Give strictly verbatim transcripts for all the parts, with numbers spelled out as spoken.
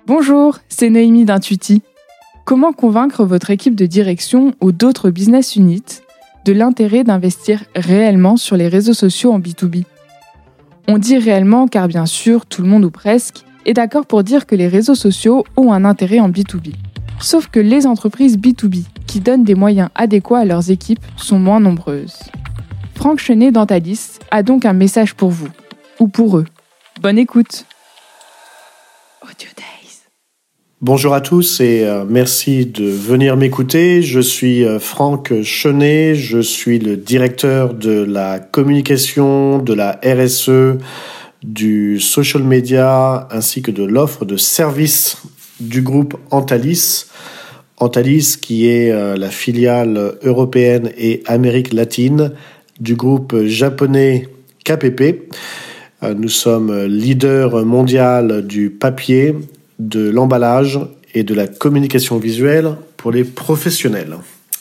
Bonjour, c'est Noémie d'Intuiti. Comment convaincre votre équipe de direction ou d'autres business units de l'intérêt d'investir réellement sur les réseaux sociaux en B deux B? On dit réellement car bien sûr, tout le monde ou presque est d'accord pour dire que les réseaux sociaux ont un intérêt en B deux B. Sauf que les entreprises B deux B qui donnent des moyens adéquats à leurs équipes sont moins nombreuses. Franck Chenet d'Antalis a donc un message pour vous, ou pour eux. Bonne écoute. Audio Days. Bonjour à tous et euh, merci de venir m'écouter. Je suis euh, Franck Chenet, je suis le directeur de la communication, de la R S E, du social media ainsi que de l'offre de services du groupe Antalis. Antalis qui est euh, la filiale européenne et Amérique latine du groupe japonais K P P. Euh, nous sommes leader mondial du papier, de l'emballage et de la communication visuelle pour les professionnels.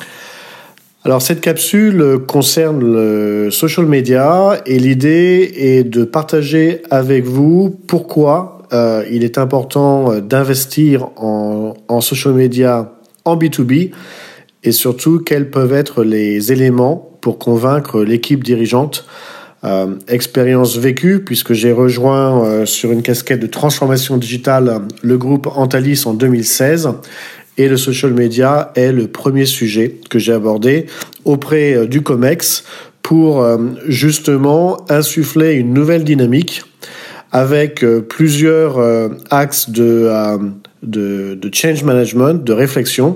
Alors cette capsule concerne le social media et l'idée est de partager avec vous pourquoi euh, il est important d'investir en, en social media en B deux B et surtout quels peuvent être les éléments pour convaincre l'équipe dirigeante. Euh, expérience vécue puisque j'ai rejoint euh, sur une casquette de transformation digitale le groupe Antalis en deux mille seize et le social media est le premier sujet que j'ai abordé auprès euh, du COMEX pour euh, justement insuffler une nouvelle dynamique avec euh, plusieurs euh, axes de, euh, de, de change management, de réflexion.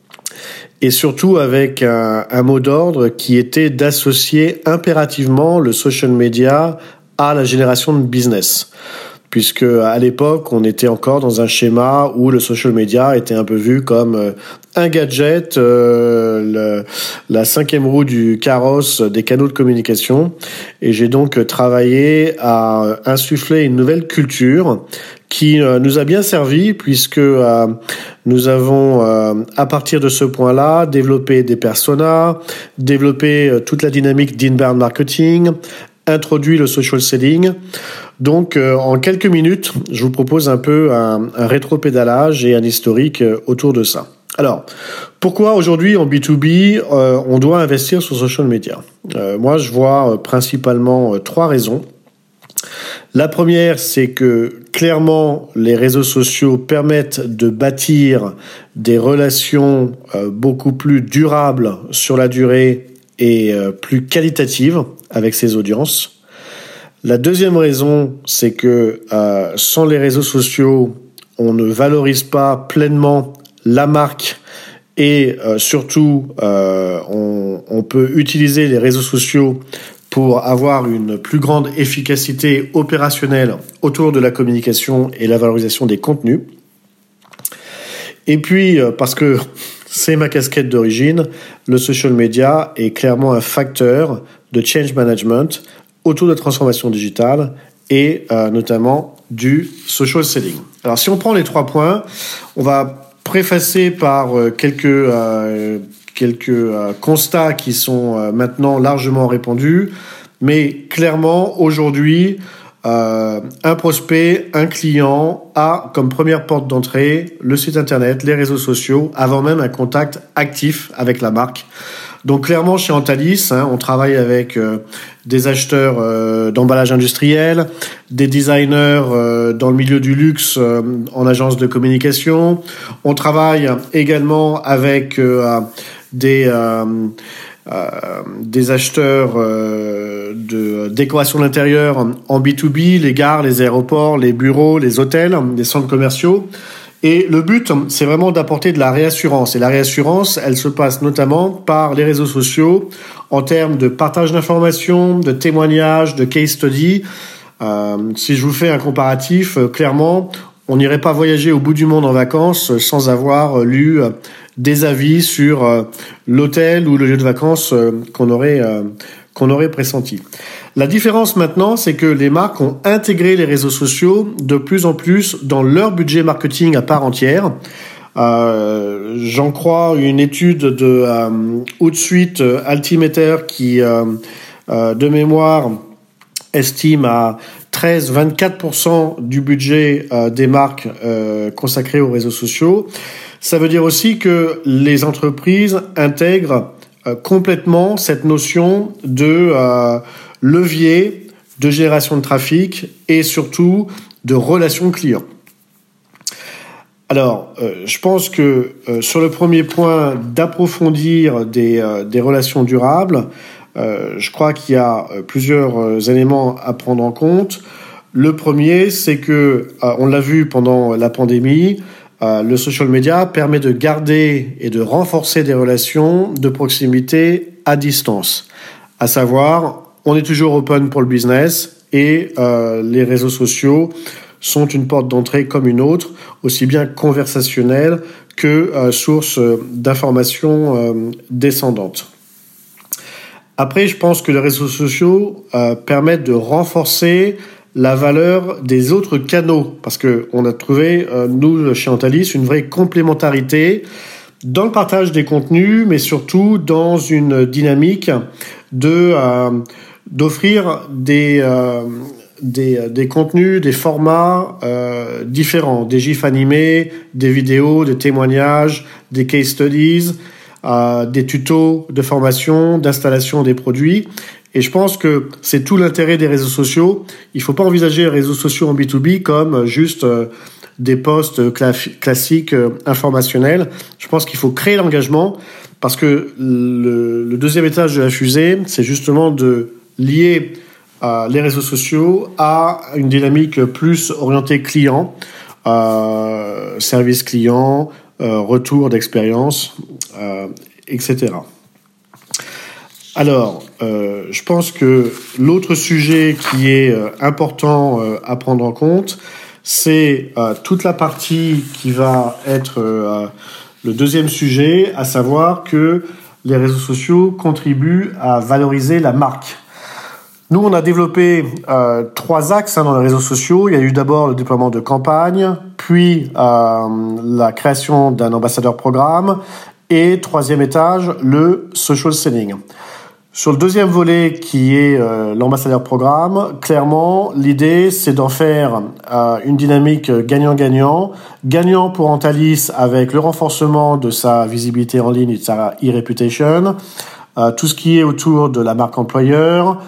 Et surtout avec un, un mot d'ordre qui était d'associer impérativement le social media à la génération de business. Puisque à l'époque, on était encore dans un schéma où le social media était un peu vu comme un gadget, euh, le, la cinquième roue du carrosse des canaux de communication. Et j'ai donc travaillé à insuffler une nouvelle culture qui euh, nous a bien servi puisque euh, nous avons, euh, à partir de ce point-là, développé des personas, développé euh, toute la dynamique d'inbound marketing, introduit le social selling. Donc, euh, en quelques minutes, je vous propose un peu un, un rétro-pédalage et un historique euh, autour de ça. Alors, pourquoi aujourd'hui en B deux B, euh, on doit investir sur social media ? euh, Moi, je vois euh, principalement euh, trois raisons. La première, c'est que clairement, les réseaux sociaux permettent de bâtir des relations euh, beaucoup plus durables sur la durée et euh, plus qualitatives avec ses audiences. La deuxième raison, c'est que euh, sans les réseaux sociaux, on ne valorise pas pleinement la marque et euh, surtout, euh, on, on peut utiliser les réseaux sociaux pour avoir une plus grande efficacité opérationnelle autour de la communication et la valorisation des contenus. Et puis, parce que c'est ma casquette d'origine, le social media est clairement un facteur de change management autour de la transformation digitale et euh, notamment du social selling. Alors, si on prend les trois points, on va préfacer par euh, quelques... Euh, quelques euh, constats qui sont euh, maintenant largement répandus, mais clairement, aujourd'hui, euh, un prospect, un client a comme première porte d'entrée le site internet, les réseaux sociaux, avant même un contact actif avec la marque. Donc clairement, chez Antalis, hein, on travaille avec euh, des acheteurs euh, d'emballage industriel, des designers euh, dans le milieu du luxe euh, en agence de communication. On travaille également avec euh, des euh, euh, des acheteurs euh, de décoration d'intérieur en B deux B, les gares, les aéroports, les bureaux, les hôtels, les centres commerciaux. Et le but, c'est vraiment d'apporter de la réassurance. Et la réassurance, elle se passe notamment par les réseaux sociaux en termes de partage d'informations, de témoignages, de case study. Euh, si je vous fais un comparatif, euh, clairement, on n'irait pas voyager au bout du monde en vacances sans avoir lu euh, des avis sur euh, l'hôtel ou le lieu de vacances euh, qu'on aurait euh, qu'on aurait pressenti. La différence maintenant, c'est que les marques ont intégré les réseaux sociaux de plus en plus dans leur budget marketing à part entière. Euh, j'en crois une étude de euh, Hootsuite Altimeter qui, euh, euh, de mémoire, estime à treize à vingt-quatre pour cent du budget euh, des marques euh, consacré aux réseaux sociaux. Ça veut dire aussi que les entreprises intègrent euh, complètement cette notion de euh, levier de génération de trafic et surtout de relations clients. Alors, euh, je pense que euh, sur le premier point d'approfondir des, euh, des relations durables, euh, je crois qu'il y a euh, plusieurs euh, éléments à prendre en compte. Le premier, c'est que, euh, on l'a vu pendant la pandémie, euh, le social media permet de garder et de renforcer des relations de proximité à distance. À savoir, on est toujours open pour le business et euh, les réseaux sociaux sont une porte d'entrée comme une autre, aussi bien conversationnelle que euh, source d'informations euh, descendantes. Après, je pense que les réseaux sociaux euh, permettent de renforcer la valeur des autres canaux, parce que on a trouvé, euh, nous, chez Antalis, une vraie complémentarité dans le partage des contenus, mais surtout dans une dynamique de euh, d'offrir des euh, Des, des contenus, des formats euh, différents, des gifs animés, des vidéos, des témoignages, des case studies, euh, des tutos de formation, d'installation des produits. Et je pense que c'est tout l'intérêt des réseaux sociaux. Il ne faut pas envisager les réseaux sociaux en B deux B comme juste euh, des posts cla- classiques euh, informationnels. Je pense qu'il faut créer l'engagement parce que le, le deuxième étage de la fusée, c'est justement de lier Euh, les réseaux sociaux à une dynamique plus orientée client, euh, service client, euh, retour d'expérience, euh, et cetera. Alors, euh, je pense que l'autre sujet qui est euh, important euh, à prendre en compte, c'est euh, toute la partie qui va être euh, le deuxième sujet, à savoir que les réseaux sociaux contribuent à valoriser la marque. Nous, on a développé euh, trois axes hein, dans les réseaux sociaux. Il y a eu d'abord le déploiement de campagnes, puis euh, la création d'un ambassadeur programme et troisième étage, le social selling. Sur le deuxième volet qui est euh, l'ambassadeur programme, clairement, l'idée, c'est d'en faire euh, une dynamique gagnant-gagnant. Gagnant pour Antalis avec le renforcement de sa visibilité en ligne et de sa e-reputation, euh, tout ce qui est autour de la marque employeur,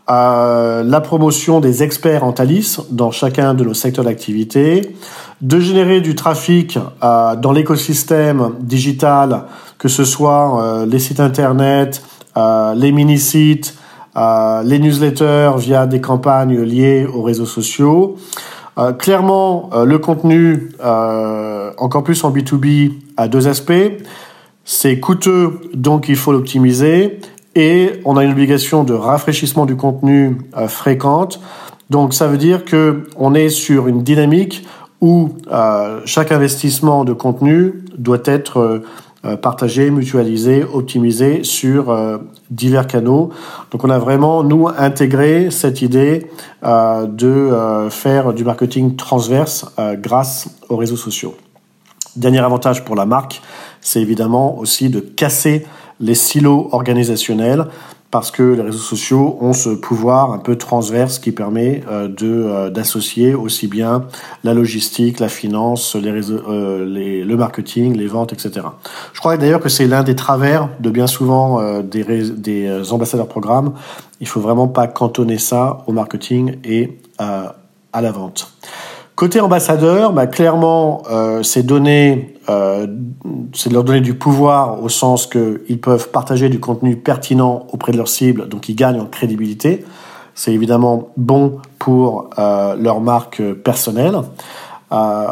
Euh, la promotion des experts Antalis dans chacun de nos secteurs d'activité, de générer du trafic euh, dans l'écosystème digital, que ce soit euh, les sites internet, euh, les mini-sites, euh, les newsletters via des campagnes liées aux réseaux sociaux. Euh, clairement, euh, le contenu, euh, encore plus en B deux B, a deux aspects. C'est coûteux, donc il faut l'optimiser. Et on a une obligation de rafraîchissement du contenu euh, fréquente. Donc ça veut dire que on est sur une dynamique où euh, chaque investissement de contenu doit être euh, partagé, mutualisé, optimisé sur euh, divers canaux. Donc on a vraiment, nous, intégré cette idée euh, de euh, faire du marketing transverse euh, grâce aux réseaux sociaux. Dernier avantage pour la marque, c'est évidemment aussi de casser les silos organisationnels parce que les réseaux sociaux ont ce pouvoir un peu transverse qui permet euh, de euh, d'associer aussi bien la logistique, la finance, les réseaux, euh, les, le marketing, les ventes, et cetera. Je crois d'ailleurs que c'est l'un des travers de bien souvent euh, des, des ambassadeurs programmes. Il faut vraiment pas cantonner ça au marketing et euh, à la vente. Côté ambassadeur, bah, clairement, euh, c'est donner, euh, c'est de leur donner du pouvoir au sens qu'ils peuvent partager du contenu pertinent auprès de leur cible, donc ils gagnent en crédibilité. C'est évidemment bon pour euh, leur marque personnelle. Euh,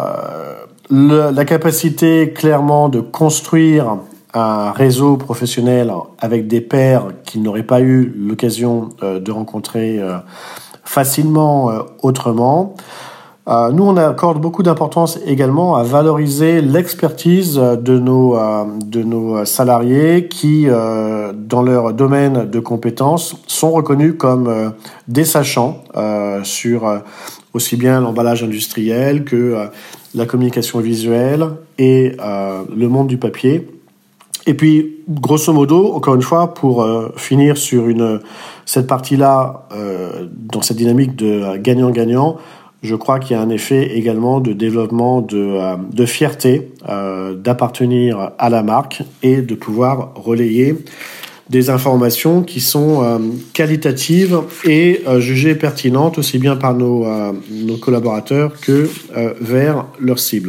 le, la capacité clairement de construire un réseau professionnel avec des pairs qu'ils n'auraient pas eu l'occasion euh, de rencontrer euh, facilement euh, autrement. Euh, nous, on accorde beaucoup d'importance également à valoriser l'expertise de nos euh, de nos salariés qui, euh, dans leur domaine de compétences, sont reconnus comme euh, des sachants euh, sur euh, aussi bien l'emballage industriel que euh, la communication visuelle et euh, le monde du papier. Et puis, grosso modo, encore une fois, pour euh, finir sur une cette partie-là, euh, dans cette dynamique de euh, gagnant-gagnant, je crois qu'il y a un effet également de développement de, euh, de fierté, euh, d'appartenir à la marque et de pouvoir relayer des informations qui sont euh, qualitatives et euh, jugées pertinentes aussi bien par nos, euh, nos collaborateurs que euh, vers leurs cibles.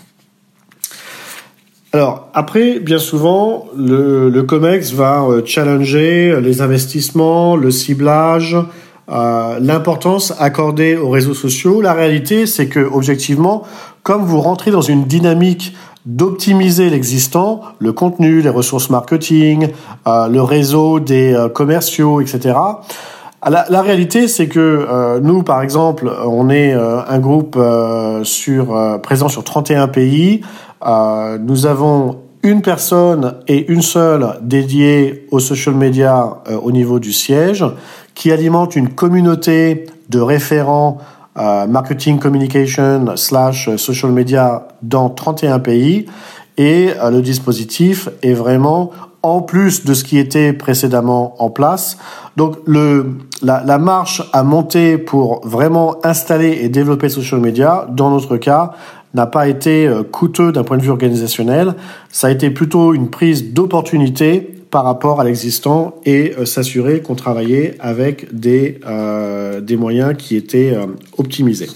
Alors, après, bien souvent, le, le COMEX va euh, challenger les investissements, le ciblage, euh, l'importance accordée aux réseaux sociaux. La réalité, c'est que, objectivement, comme vous rentrez dans une dynamique d'optimiser l'existant, le contenu, les ressources marketing, euh, le réseau des euh, commerciaux, et cetera. La, la réalité, c'est que euh, nous, par exemple, on est euh, un groupe euh, sur, euh, présent sur trente et un pays. Euh, nous avons une personne et une seule dédiée aux social media euh, au niveau du siège, qui alimente une communauté de référents euh, marketing communication slash social media dans trente et un pays. Et euh, le dispositif est vraiment en plus de ce qui était précédemment en place. Donc le la, la marche à monter pour vraiment installer et développer le social media, dans notre cas, n'a pas été coûteux d'un point de vue organisationnel. Ça a été plutôt une prise d'opportunité par rapport à l'existant et euh, s'assurer qu'on travaillait avec des, euh, des moyens qui étaient euh, optimisés.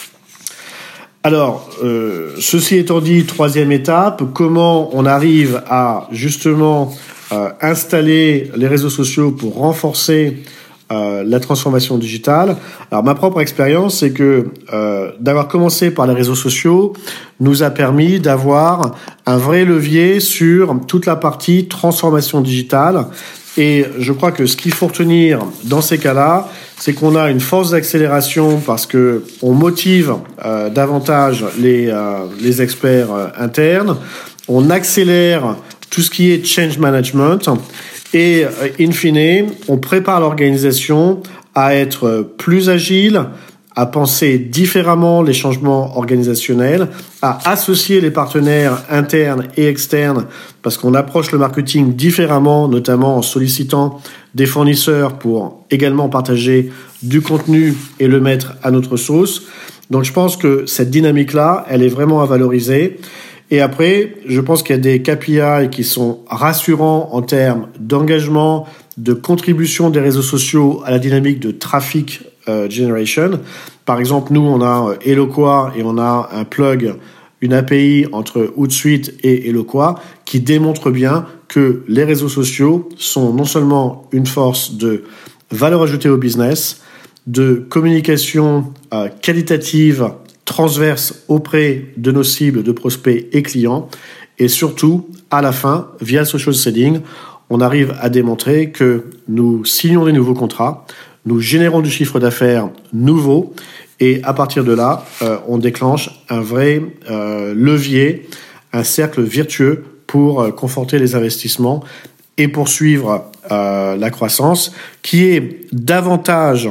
Alors, euh, ceci étant dit, troisième étape, comment on arrive à justement euh, installer les réseaux sociaux pour renforcer Euh, la transformation digitale. Alors ma propre expérience, c'est que euh, d'avoir commencé par les réseaux sociaux nous a permis d'avoir un vrai levier sur toute la partie transformation digitale. Et je crois que ce qu'il faut retenir dans ces cas-là, c'est qu'on a une force d'accélération parce que on motive euh, davantage les euh, les experts euh, internes. On accélère tout ce qui est change management. Et, in fine, on prépare l'organisation à être plus agile, à penser différemment les changements organisationnels, à associer les partenaires internes et externes, parce qu'on approche le marketing différemment, notamment en sollicitant des fournisseurs pour également partager du contenu et le mettre à notre sauce. Donc je pense que cette dynamique-là, elle est vraiment à valoriser. Et après, je pense qu'il y a des K P I qui sont rassurants en termes d'engagement, de contribution des réseaux sociaux à la dynamique de traffic euh, generation. Par exemple, nous, on a Eloqua et on a un plug, une A P I entre Hootsuite et Eloqua qui démontre bien que les réseaux sociaux sont non seulement une force de valeur ajoutée au business, de communication euh, qualitative transverse auprès de nos cibles de prospects et clients. Et surtout, à la fin, via le social selling, on arrive à démontrer que nous signons des nouveaux contrats, nous générons du chiffre d'affaires nouveau, et à partir de là, euh, on déclenche un vrai euh, levier, un cercle vertueux pour euh, conforter les investissements et poursuivre euh, la croissance, qui est davantage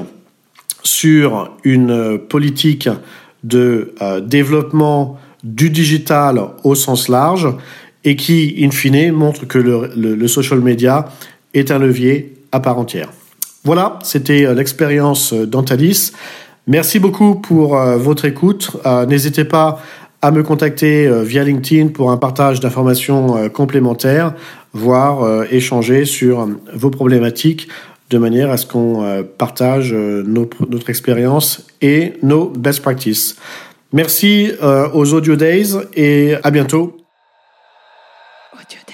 sur une politique de euh, développement du digital au sens large et qui, in fine, montre que le, le, le social media est un levier à part entière. Voilà, c'était euh, l'expérience d'Antalis. Merci beaucoup pour euh, votre écoute. Euh, n'hésitez pas à me contacter euh, via LinkedIn pour un partage d'informations euh, complémentaires, voire euh, échanger sur euh, vos problématiques de manière à ce qu'on euh, partage euh, nos, notre expérience et nos best practices. Merci euh, aux Audio Days et à bientôt. Audio Days.